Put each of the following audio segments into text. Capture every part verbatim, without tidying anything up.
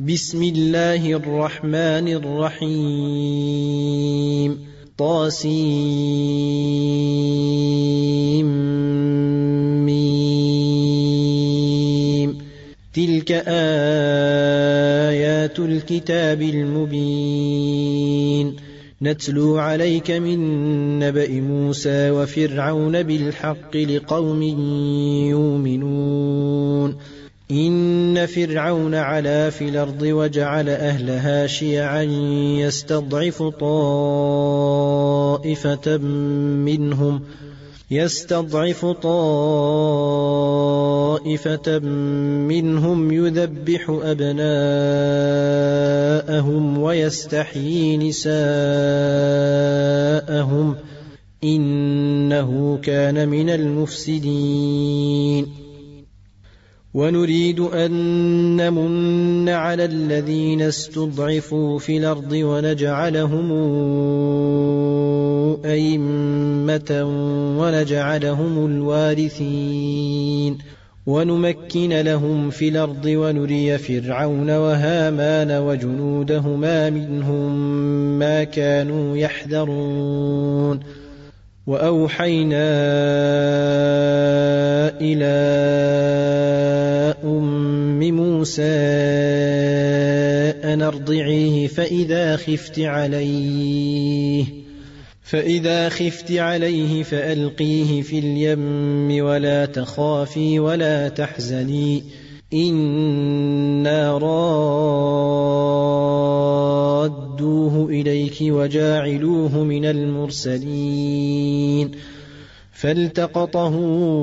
بسم الله الرحمن الرحيم طاسيم تلك آيات الكتاب المبين نتلو عليك من نبأ موسى وفرعون بالحق لقوم يؤمنون إن فرعون علا في الأرض وجعل أهلها شيعا يستضعف طائفة منهم يستضعف طائفة منهم يذبح أبناءهم ويستحيي نساءهم إنه كان من المفسدين ونريد أن نمن على الذين استضعفوا في الأرض ونجعلهم أئمة ونجعلهم الوارثين ونمكن لهم في الأرض ونري فرعون وهامان وجنودهما منهم ما كانوا يحذرون وأوحينا إلى أم موسى أن أرضعيه فإذا خفت عليه فإذا خفت عليه فألقيه في اليم ولا تخافي ولا تحزني إنا رادوه إليك وجاعلوه من المرسلين فالتقطه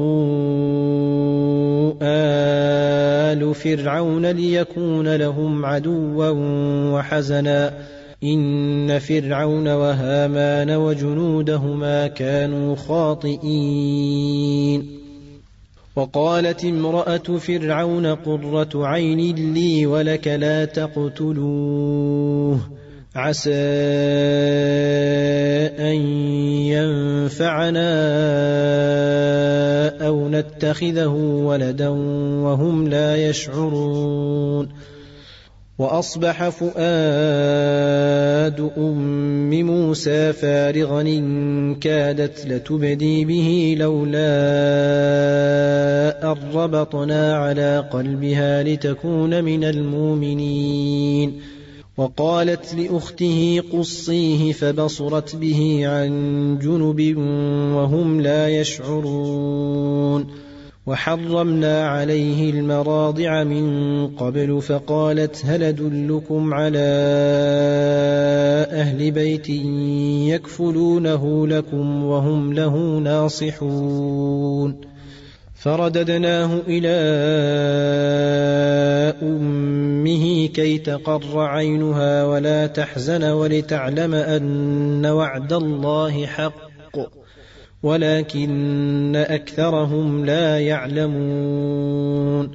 آل فرعون ليكون لهم عدوا وحزنا إن فرعون وهامان وجنودهما كانوا خاطئين وقالت امرأة فرعون قرة عين لي ولك لا تقتلوه عسى أن ينفعنا أو نتخذه ولدا وهم لا يشعرون وأصبح فؤاد أم موسى فارغا إن كادت لتبدي به لولا أن ربطنا على قلبها لتكون من المؤمنين وقالت لأخته قصيه فبصرت به عن جنب وهم لا يشعرون وحرمنا عليه المراضع من قبل فقالت هل أدلكم على أهل بيت يكفلونه لكم وهم له ناصحون فرددناه إلى أمه كي تقر عينها ولا تحزن ولتعلم أن وعد الله حق ولكن أكثرهم لا يعلمون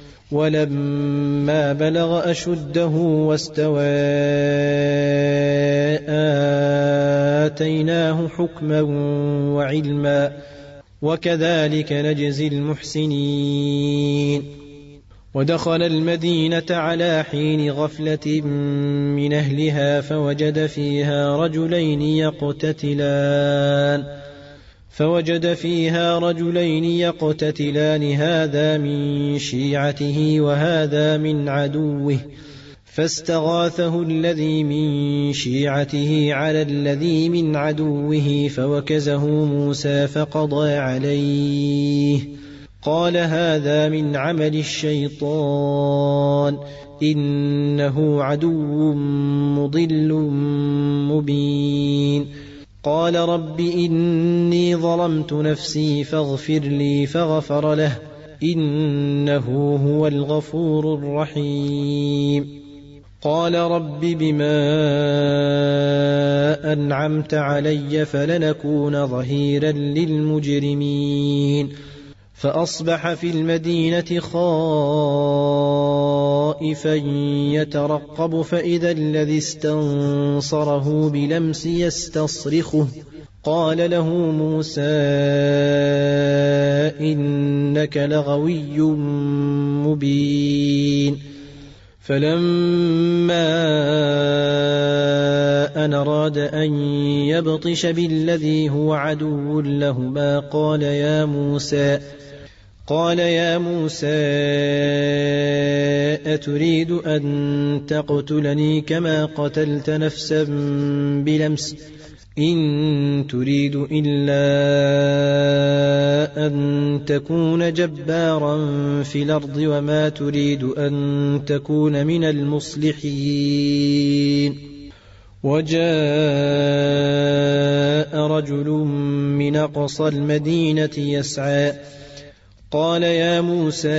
ولما بلغ أشده واستوى آتيناه حكما وعلما وكذلك نجزي المحسنين ودخل المدينة على حين غفلة من أهلها فوجد فيها رجلين يقتتلان فوجد فيها رجلين يقتتلان هذا من شيعته وهذا من عدوه فاستغاثه الذي من شيعته على الذي من عدوه فوكزه موسى فقضى عليه قال هذا من عمل الشيطان إنه عدو مضل مبين قال رب إني ظلمت نفسي فاغفر لي فغفر له إنه هو الغفور الرحيم قال رب بما أنعمت علي فلنكون ظهيرا للمجرمين فأصبح في المدينة خائفا يترقب فإذا الذي استنصره بلمس يستصرخه قال له موسى إنك لغوي مبين فلما أن أراد أن يبطش بالذي هو عدو لهما قال يا موسى قال يا موسى أتريد أن تقتلني كما قتلت نفسا بلمس إن تريد إلا أن تكون جبارا في الأرض وما تريد أن تكون من المصلحين. وجاء رجل من أقصى المدينة يسعى قال يا موسى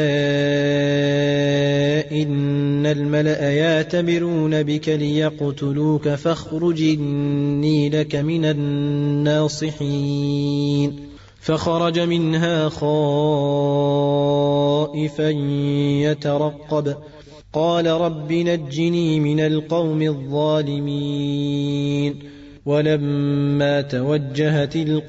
إن الملأ يأتمرون بك ليقتلوك فاخرج إني لك من الناصحين. فخرج منها خائفا يترقب قال رب نجني من القوم الظالمين. ولما توجه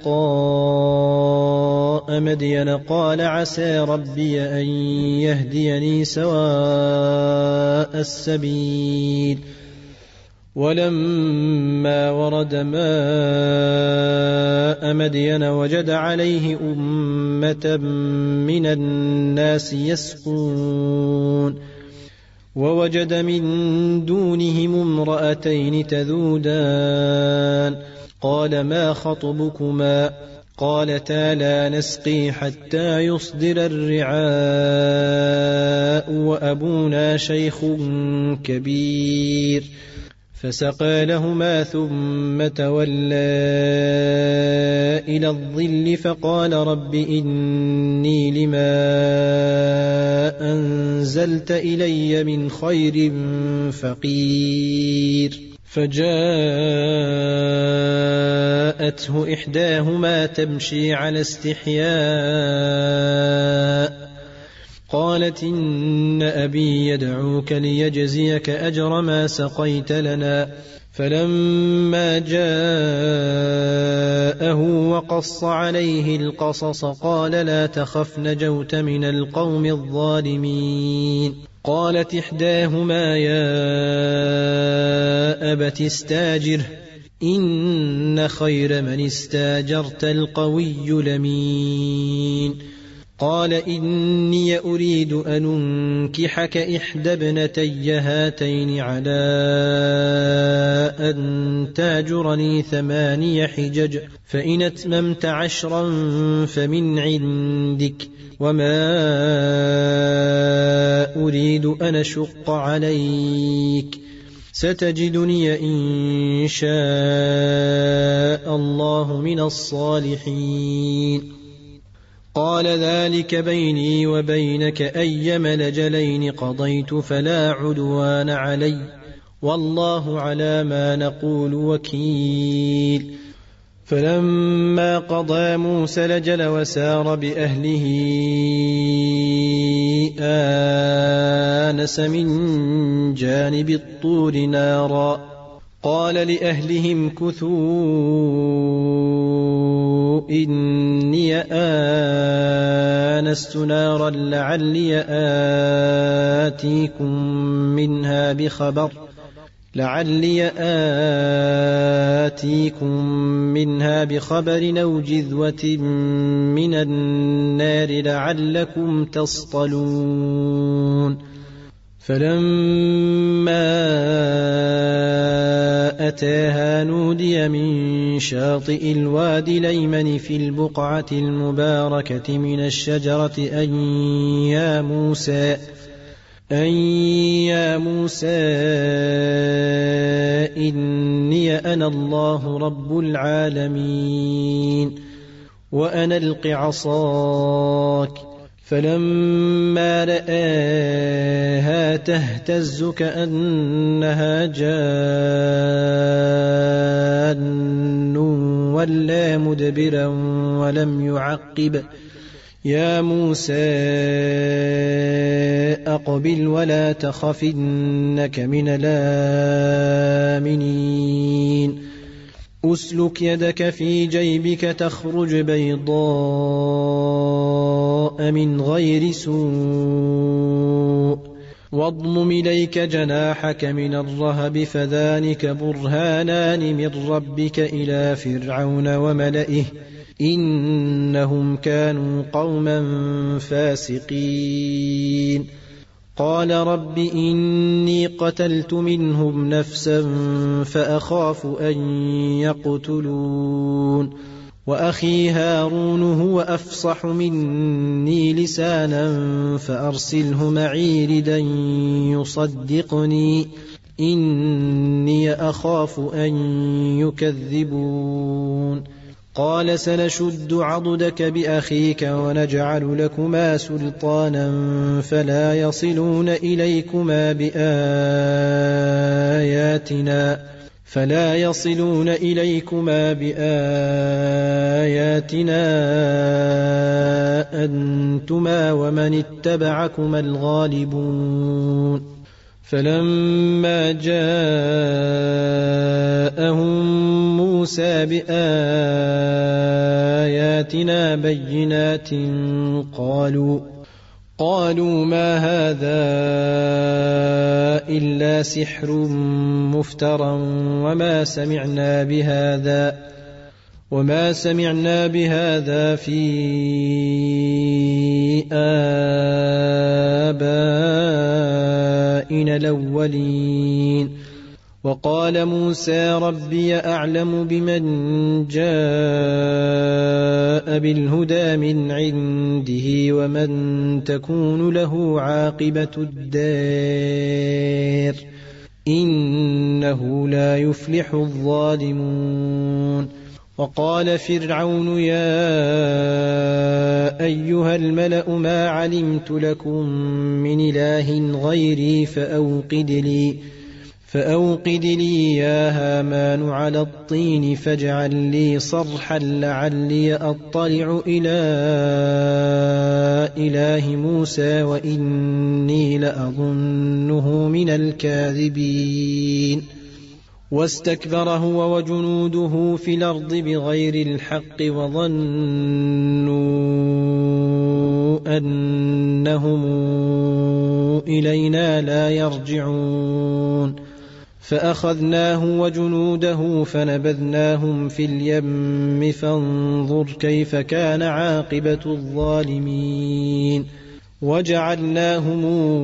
تلقاء مدين قال عسى ربي أن يهديني سواء السبيل. ولما ورد ماء مدين وجد عليه أمة من الناس يسقون ووجد من دونهم امرأتين تذودان قال ما خطبكما قالتا لا نسقي حتى يصدر الرعاء وأبونا شيخ كبير. فسقى لهما ثم تولى إلى الظل فقال رب إني لما أنزلت إلي من خير فقير. فجاءته إحداهما تمشي على استحياء قالت إن أبي يدعوك ليجزيك أجر ما سقيت لنا. فلما جاءه وقص عليه القصص قال لا تخف نجوت من القوم الظالمين. قالت إحداهما يا أبت استاجره إن خير من استاجرت القوي الأمين. قال إني أريد أن أنكحك إحدى ابنتي هاتين على أن تاجرني ثماني حجج فإن أتممت عشرا فمن عندك وما أريد أن أشق عليك ستجدني إن شاء الله من الصالحين. قال ذلك بيني وبينك أيما الأجلين قضيت فلا عدوان علي والله على ما نقول وكيل. فلما قضى موسى الأجل وسار بأهله آنس من جانب الطور نارا قال لأهلهم كثوا إني آنست نارا لعلي آتيكم منها بخبر لعلي آتيكم منها بخبر أو جذوة من النار لعلكم تصطلون. فلما أتاها نودي من شاطئ الوادي الأيمن في البقعة المباركة من الشجرة أن يا موسى أن يا موسى إني أنا الله رب العالمين وأنا ألق عصاك. فلما رآها تهتز كأنها جان ولا مدبرا ولم يعقب يا موسى أقبل ولا تخف إنك من الآمنين. أسلك يدك في جيبك تخرج بيضاء من غير سوء واضمم إليك جناحك من الرهب فذلك برهانان من ربك إلى فرعون وملئه إنهم كانوا قوما فاسقين قال رب إني قتلت منهم نفسا فأخاف أن يقتلون وأخي هارون هو أفصح مني لسانا فأرسله معي ردا يصدقني إني أخاف أن يكذبون قال سنشد عضدك بأخيك ونجعل لكما سلطانا فلا يصلون إليكما بآياتنا فلا يصلون إليكما بآياتنا أنتما ومن اتبعكما الغالبون فلما جاءهم موسى بآياتنا بينات قالوا قالوا ما هذا إلا سحر مفترى وما سمعنا بهذا وما سمعنا بهذا في آبائنا الأولين وقال موسى ربي أعلم بمن جاء بالهدى من عنده ومن تكون له عاقبة الدار إنه لا يفلح الظالمون وقال فرعون يا أيها الملأ ما علمت لكم من إله غيري فأوقد لي فأوقد لي يا هامان على الطين فاجعل لي صرحا لعلي أطلع إلى إله موسى وإني لأظنه من الكاذبين واستكبر هو وجنوده في الأرض بغير الحق وظنوا أنهم إلينا لا يرجعون فأخذناه وجنوده فنبذناهم في اليم فانظر كيف كان عاقبة الظالمين وجعلناهم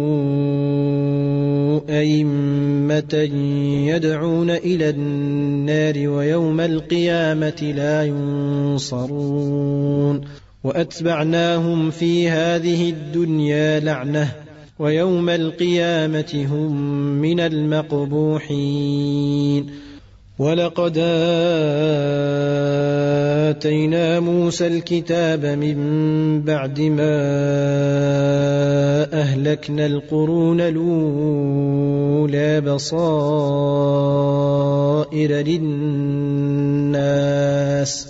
أئمة يدعون إلى النار ويوم القيامة لا ينصرون وأتبعناهم في هذه الدنيا لعنة ويوم القيامة هم من المقبوحين ولقد آتينا موسى الكتاب من بعد ما أهلكنا القرون الأولى بصائر للناس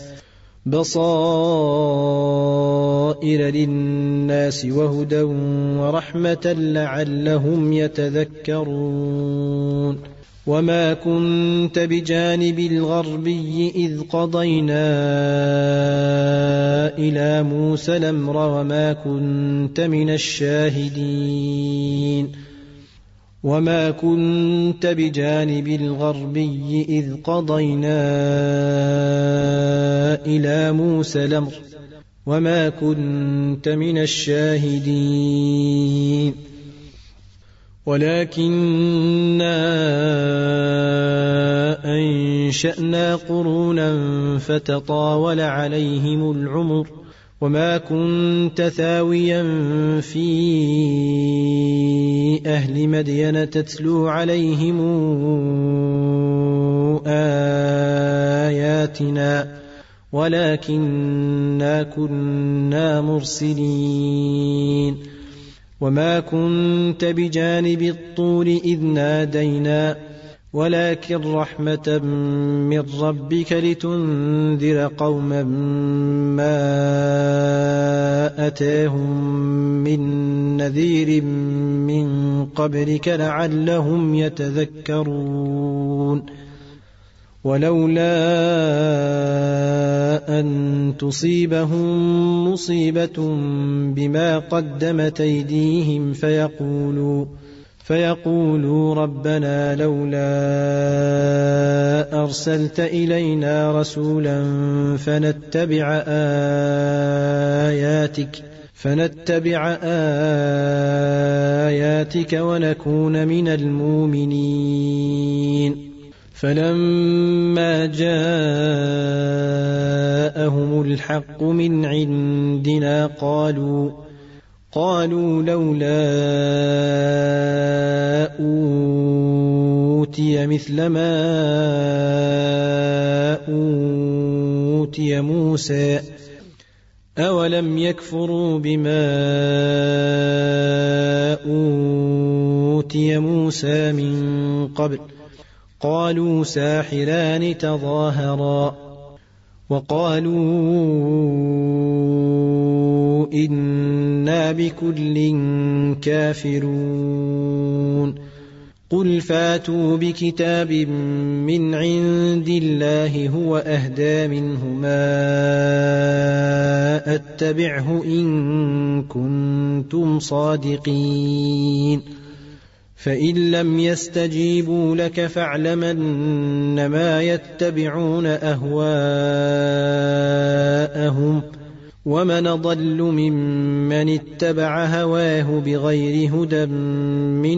بصائر للناس وهدى ورحمة لعلهم يتذكرون وما كنت بجانب الغربي إذ قضينا إلى موسى الأمر وما كنت من الشاهدين وما كنت بجانب الغربي إذ قضينا إلى موسى الأمر وما كنت من الشاهدين ولكننا أنشأنا قرونا فتطاول عليهم العمر وما كنت ثاويا في أهل مدين تتلو عليهم آياتنا ولكننا كنا مرسلين وما كنت بجانب الطور إذ نادينا ولكن رحمة من ربك لتنذر قوما ما أتاهم من نذير من قبلك لعلهم يتذكرون ولولا أن تصيبهم مصيبة بما قدمت أيديهم فيقولوا فيقولوا ربنا لولا أرسلت إلينا رسولا فنتبع آياتك فنتبع آياتك ونكون من المؤمنين. فلما جاءهم الحق من عندنا قالوا قالوا لولا أوتي مثل ما أوتي موسى أولم يكفروا بما أوتي موسى من قبل قالوا ساحران تظاهرا وقالوا إنا بكل كافرون. قل فاتوا بكتاب من عند الله هو أهدى منهما أتبعه إن كنتم صادقين. فإن لم يستجيبوا لك فاعلم أنما يتبعون أهواءهم ومن ضل ممن اتبع هواه بغير هدى من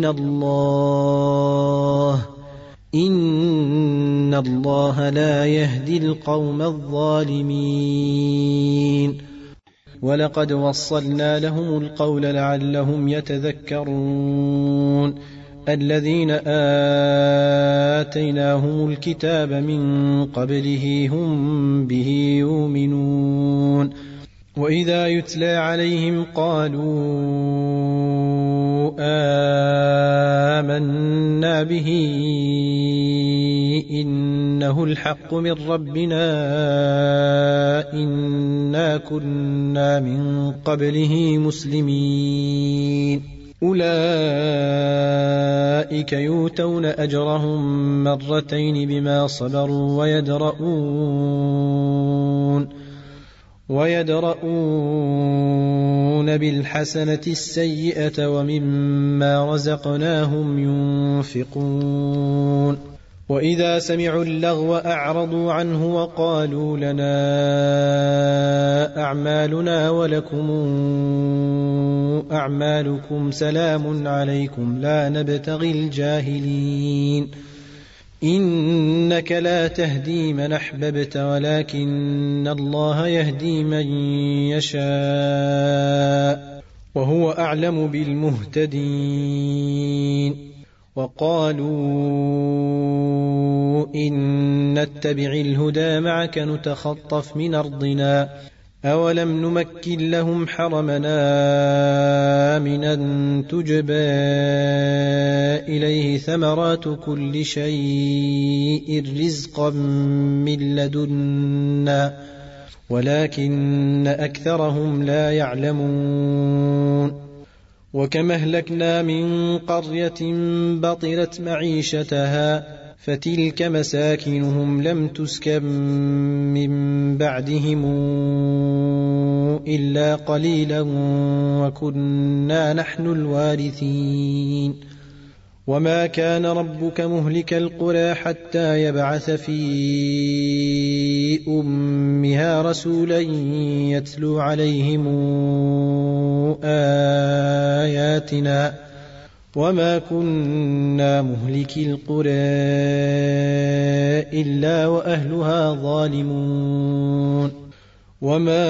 الله إن الله لا يهدي القوم الظالمين. ولقد وصلنا لهم القول لعلهم يتذكرون. الذين آتيناهم الكتاب من قبله هم به يؤمنون. وإذا يتلى عليهم قالوا آمنا به إنه الحق من ربنا إنا كنا من قبله مسلمين. أولئك يؤتون أجرهم مرتين بما صبروا ويدرؤون ويدرؤون بالحسنة السيئة ومما رزقناهم ينفقون. وإذا سمعوا اللغو أعرضوا عنه وقالوا لنا أعمالنا ولكم أعمالكم سلام عليكم لا نبتغي الجاهلين. إنك لا تهدي من أحببت ولكن الله يهدي من يشاء وهو أعلم بالمهتدين. وقالوا إن نتبع الهدى معك نتخطف من أرضنا أولم نمكن لهم حرمنا آمنا تجبى إليه ثمرات كل شيء رزقا من لدنا ولكن أكثرهم لا يعلمون. وكم أهلكنا من قرية بطرت معيشتها فتلك مساكنهم لم تسكن من بعدهم إلا قليلا وكنا نحن الوارثين. وما كان ربك مهلك القرى حتى يبعث في أمها رسولا يتلو عليهم آياتنا وما كنا مهلكي القرى إلا وأهلها ظالمون. وما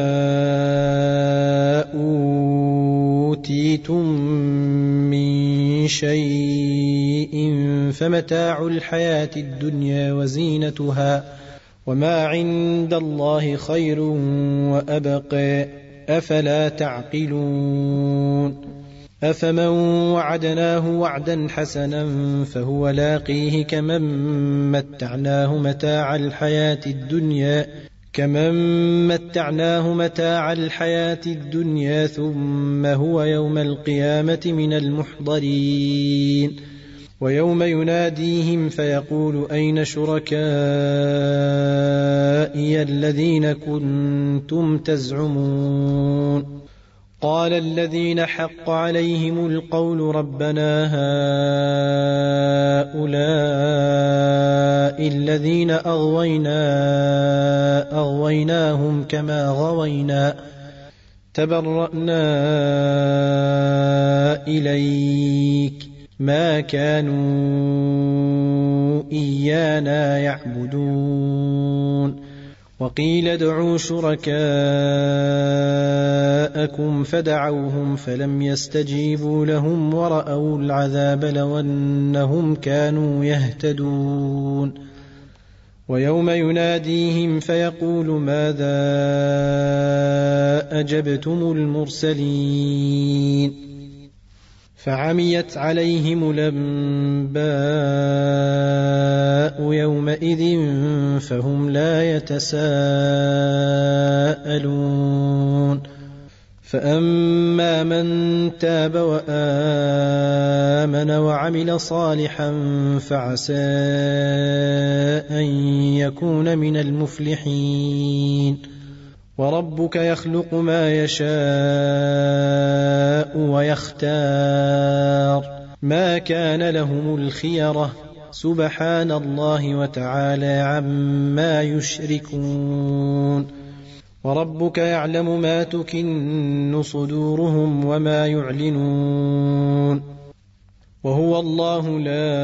أوتيتم من شيء فمتاع الحياة الدنيا وزينتها وما عند الله خير وأبقى أفلا تعقلون. أفمن وعدناه وعدا حسنا فهو لاقيه كمن متعناه متاع الحياة الدنيا كمن متعناه متاع الحياة الدنيا ثم هو يوم القيامة من المحضرين. ويوم يناديهم فيقول أين شركائي الذين كنتم تزعمون قال الذين حق عليهم القول ربنا هؤلاء الذين أغوينا أغويناهم كما غوينا تبرأنا إليك ما كانوا إيانا يعبدون وقيل ادعوا شركاءكم فدعوهم فلم يستجيبوا لهم ورأوا العذاب لو أنهم كانوا يهتدون ويوم يناديهم فيقول ماذا أجبتم المرسلين فعميت عليهم الأنباء يومئذ فهم لا يتساءلون فأما من تاب وآمن وعمل صالحا فعسى أن يكون من المفلحين وربك يخلق ما يشاء ويختار ما كان لهم الخيرة سبحان الله وتعالى عما يشركون وربك يعلم ما تكن صدورهم وما يعلنون وهو الله لا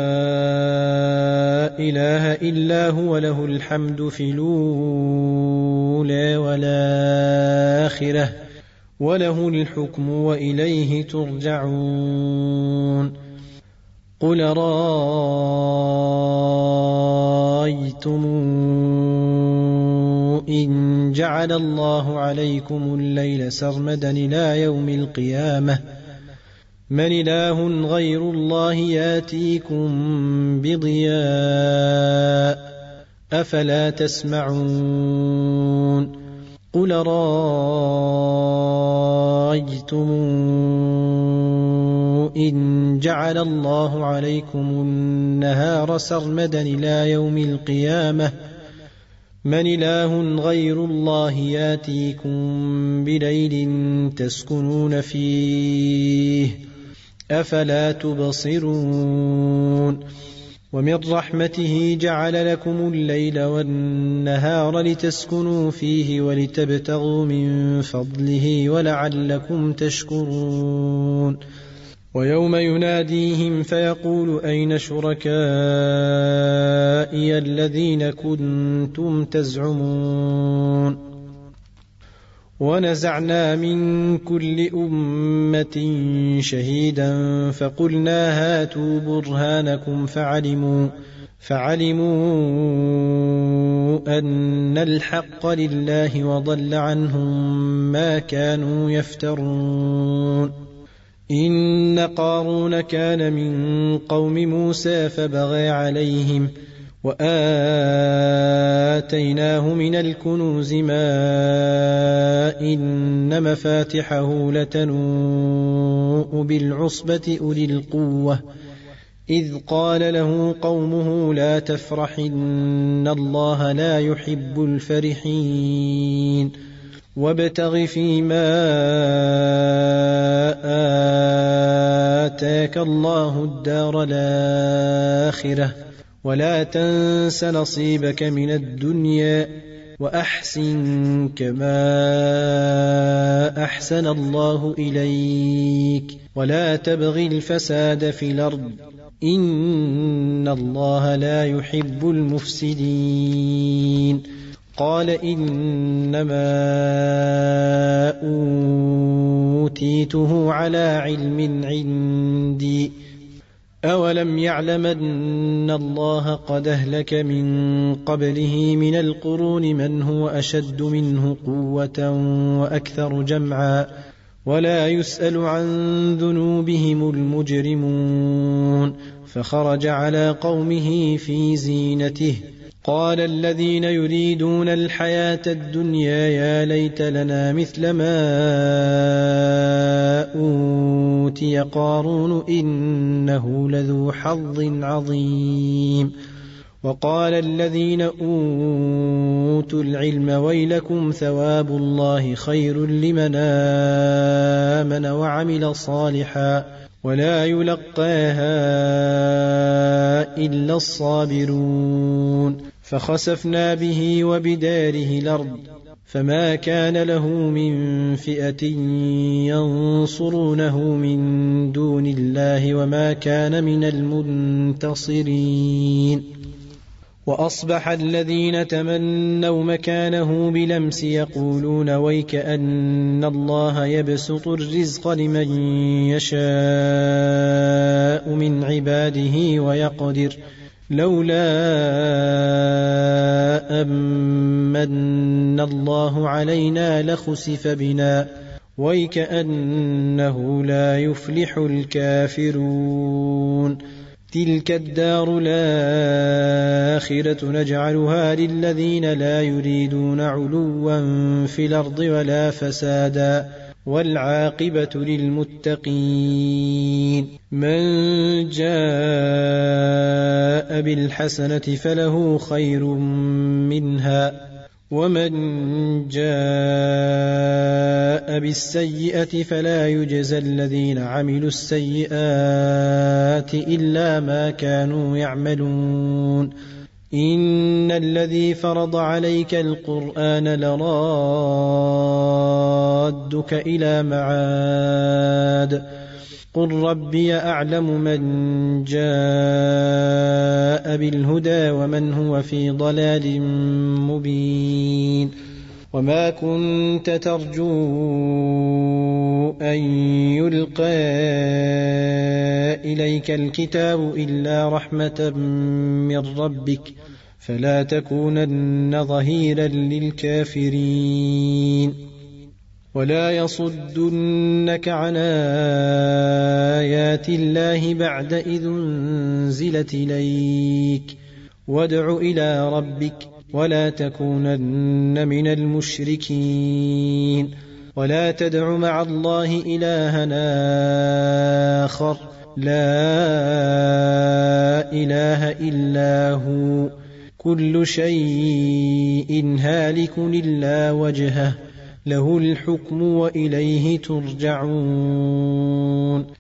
إله إلا هو له الحمد في الأولى والآخرة وله الحكم وإليه ترجعون قل رأيتم إن جعل الله عليكم الليل سرمدا إلى يوم القيامة من إله غير الله ياتيكم بضياء أفلا تسمعون قل رأيتم إن جعل الله عليكم النهار سرمدا إلى يوم القيامة من إله غير الله ياتيكم بليل تسكنون فيه أفلا تبصرون ومن رحمته جعل لكم الليل والنهار لتسكنوا فيه ولتبتغوا من فضله ولعلكم تشكرون ويوم يناديهم فيقول أين شركائي الذين كنتم تزعمون ونزعنا من كل أمة شهيدا فقلنا هاتوا برهانكم فعلموا فعلموا أن الحق لله وضل عنهم ما كانوا يفترون إن قارون كان من قوم موسى فبغى عليهم وآتيناه من الكنوز ما إن مفاتحه لتنوء بالعصبة أولي القوة إذ قال له قومه لا تفرح إن الله لا يحب الفرحين وابتغ فيما آتاك الله الدار الآخرة ولا تنس نصيبك من الدنيا وأحسن كما أحسن الله إليك ولا تبغ الفساد في الأرض إن الله لا يحب المفسدين قال إنما أوتيته على علم عندي أولم يعلم أن الله قد أهلك من قبله من القرون من هو أشد منه قوة وأكثر جمعا ولا يسأل عن ذنوبهم المجرمون فخرج على قومه في زينته قال الذين يريدون الحياة الدنيا يا ليت لنا مثل ما أوتي قارون إنه لذو حظ عظيم وقال الذين أوتوا العلم ويلكم ثواب الله خير لمن آمن وعمل صالحا ولا يلقاها إلا الصابرون فخسفنا به وبداره الأرض فما كان له من فئة ينصرونه من دون الله وما كان من المنتصرين وأصبح الذين تمنوا مكانه بلمس يقولون ويك أن الله يبسط الرزق لمن يشاء من عباده ويقدر لولا أمن الله علينا لخسف بنا ويكأنه لا يفلح الكافرون تلك الدار الآخرة نجعلها للذين لا يريدون علوا في الأرض ولا فسادا والعاقبة للمتقين من جاء بالحسنة فله خير منها ومن جاء بالسيئة فلا يجزى الذين عملوا السيئات إلا ما كانوا يعملون إن الذي فرض عليك القرآن لرادك إلى معاد قل ربي أعلم من جاء بالهدى ومن هو في ضلال مبين وما كنت ترجو أن يلقى إليك الكتاب إلا رحمة من ربك فلا تكونن ظهيرا للكافرين ولا يصدنك عن آيات الله بعد إذ انزلت إليك وادع إلى ربك ولا تكونن من المشركين ولا تدع مع الله إلها آخر لا إله إلا هو كل شيء هالك إلا وجهه له الحكم وإليه ترجعون